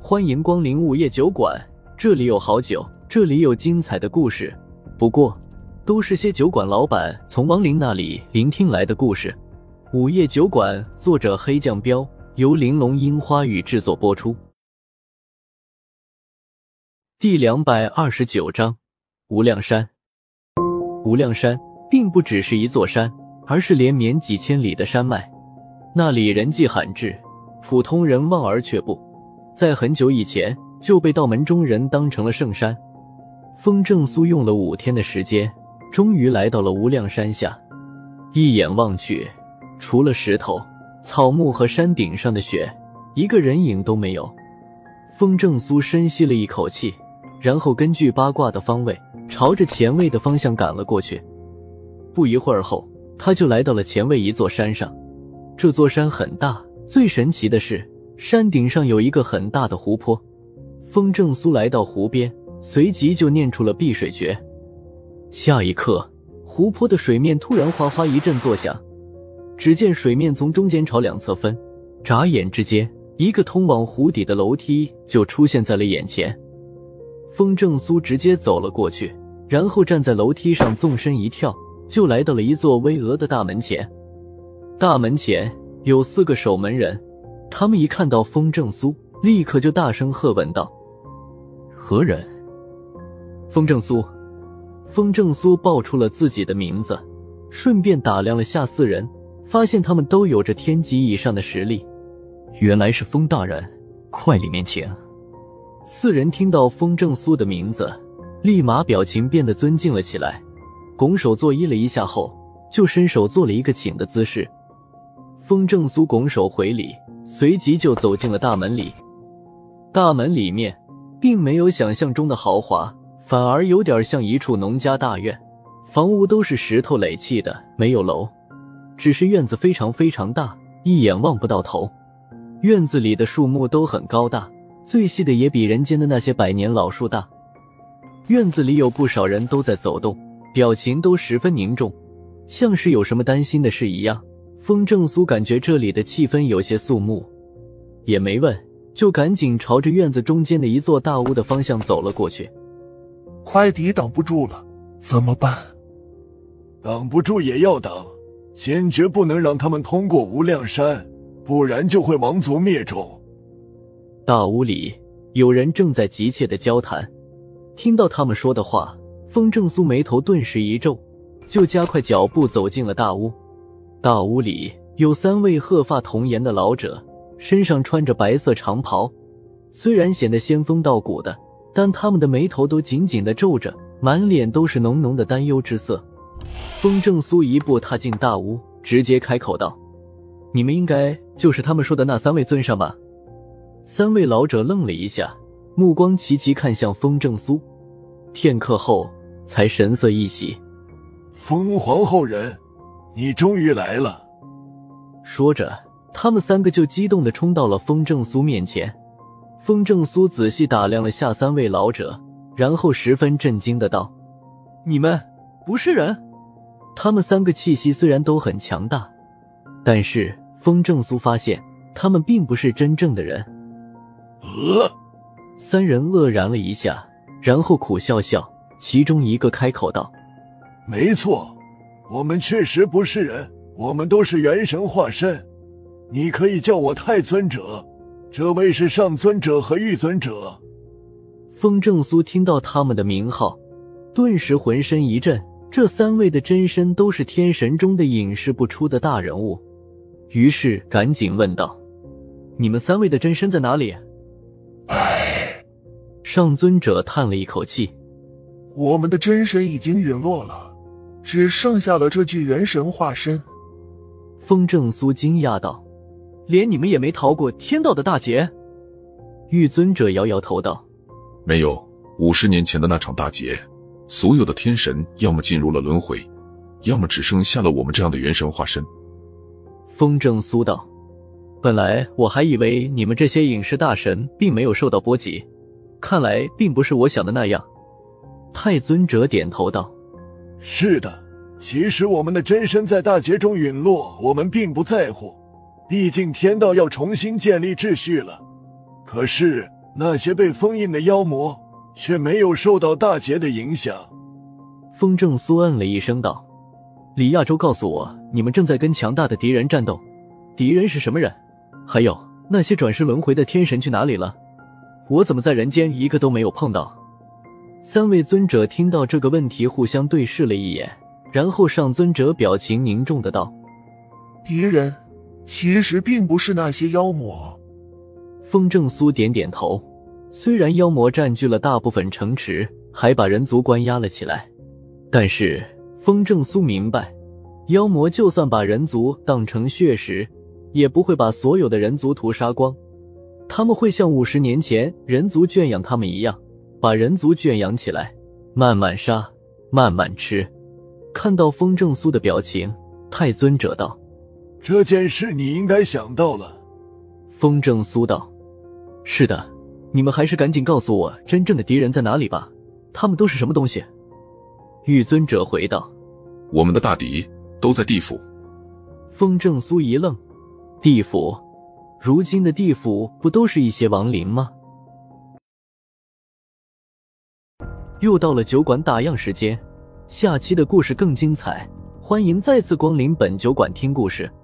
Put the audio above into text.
欢迎光临午夜酒馆，这里有好酒，这里有精彩的故事。不过，都是些酒馆老板从亡灵那里聆听来的故事。午夜酒馆，作者黑酱标，由玲珑樱花雨制作播出。第229章，无量山。无量山并不只是一座山，而是连绵几千里的山脉。那里人迹罕至，普通人望而却步。在很久以前就被道门中人当成了圣山。风正苏用了5天的时间，终于来到了无量山下。一眼望去，除了石头、草木和山顶上的雪，一个人影都没有。风正苏深吸了一口气，然后根据八卦的方位，朝着前卫的方向赶了过去。不一会儿后，他就来到了前卫一座山上。这座山很大，最神奇的是山顶上有一个很大的湖泊。风正苏来到湖边，随即就念出了避水诀。下一刻，湖泊的水面突然哗哗一阵作响，只见水面从中间朝两侧分，眨眼之间，一个通往湖底的楼梯就出现在了眼前。风正苏直接走了过去，然后站在楼梯上纵身一跳，就来到了一座巍峨的大门前。大门前有4个守门人，他们一看到风正苏，立刻就大声喝问道：何人？风正苏。风正苏报出了自己的名字，顺便打量了下4人，发现他们都有着天级以上的实力。原来是风大人，快里面请。4人听到风正苏的名字，立马表情变得尊敬了起来，拱手作揖了一下后，就伸手做了一个请的姿势。风正苏拱手回礼，随即就走进了大门里。大门里面并没有想象中的豪华，反而有点像一处农家大院，房屋都是石头垒砌的，没有楼，只是院子非常非常大，一眼望不到头。院子里的树木都很高大，最细的也比人间的那些百年老树大。院子里有不少人都在走动，表情都十分凝重，像是有什么担心的事一样。风正苏感觉这里的气氛有些肃穆，也没问，就赶紧朝着院子中间的一座大屋的方向走了过去。 快抵挡不住了，怎么办？ 挡不住也要挡，坚决不能让他们通过无量山，不然就会亡族灭种。 大屋里有人正在急切地交谈，听到他们说的话，风正苏眉头顿时一皱，就加快脚步走进了大屋。大屋里有3位鹤发童颜的老者，身上穿着白色长袍，虽然显得仙风道骨的，但他们的眉头都紧紧地皱着，满脸都是浓浓的担忧之色。风正苏一步踏进大屋，直接开口道：你们应该就是他们说的那3位尊上吧？3位老者愣了一下，目光齐齐看向风正苏，片刻后才神色一喜。 风皇后人，你终于来了。 说着，他们3个就激动地冲到了风正苏面前。风正苏仔细打量了下3位老者，然后十分震惊地道：你们不是人？他们3个气息虽然都很强大，但是风正苏发现他们并不是真正的人。3人愕然了一下，然后苦笑笑，其中一个开口道： 没错，我们确实不是人，我们都是元神化身，你可以叫我太尊者，这位是上尊者和玉尊者。 风正苏听到他们的名号，顿时浑身一震，这3位的真身都是天神中的隐世不出的大人物，于是赶紧问道：你们3位的真身在哪里？上尊者叹了一口气： 我们的真神已经陨落了，只剩下了这具元神化身。 风正苏惊讶道：连你们也没逃过天道的大劫？玉尊者摇摇头道： 没有，50年前的那场大劫，所有的天神要么进入了轮回，要么只剩下了我们这样的元神化身。 风正苏道：本来我还以为你们这些隐世大神并没有受到波及，看来并不是我想的那样。太尊者点头道： 是的，其实我们的真身在大劫中陨落，我们并不在乎，毕竟天道要重新建立秩序了。可是那些被封印的妖魔却没有受到大劫的影响。 风正苏嗯了一声道：李亚洲告诉我，你们正在跟强大的敌人战斗，敌人是什么人？还有那些转世轮回的天神去哪里了？我怎么在人间一个都没有碰到？三位尊者听到这个问题互相对视了一眼，然后上尊者表情凝重的道： 敌人其实并不是那些妖魔。 风正苏点点头，虽然妖魔占据了大部分城池，还把人族关押了起来，但是风正苏明白，妖魔就算把人族当成血食，也不会把所有的人族屠杀光，他们会像50年前人族圈养他们一样，把人族圈养起来，慢慢杀，慢慢吃。看到风正苏的表情，太尊者道： 这件事你应该想到了。 风正苏道：是的，你们还是赶紧告诉我真正的敌人在哪里吧，他们都是什么东西？玉尊者回道： 我们的大敌都在地府。 风正苏一愣，地府？如今的地府不都是一些亡灵吗？又到了酒馆打烊时间，下期的故事更精彩，欢迎再次光临本酒馆听故事。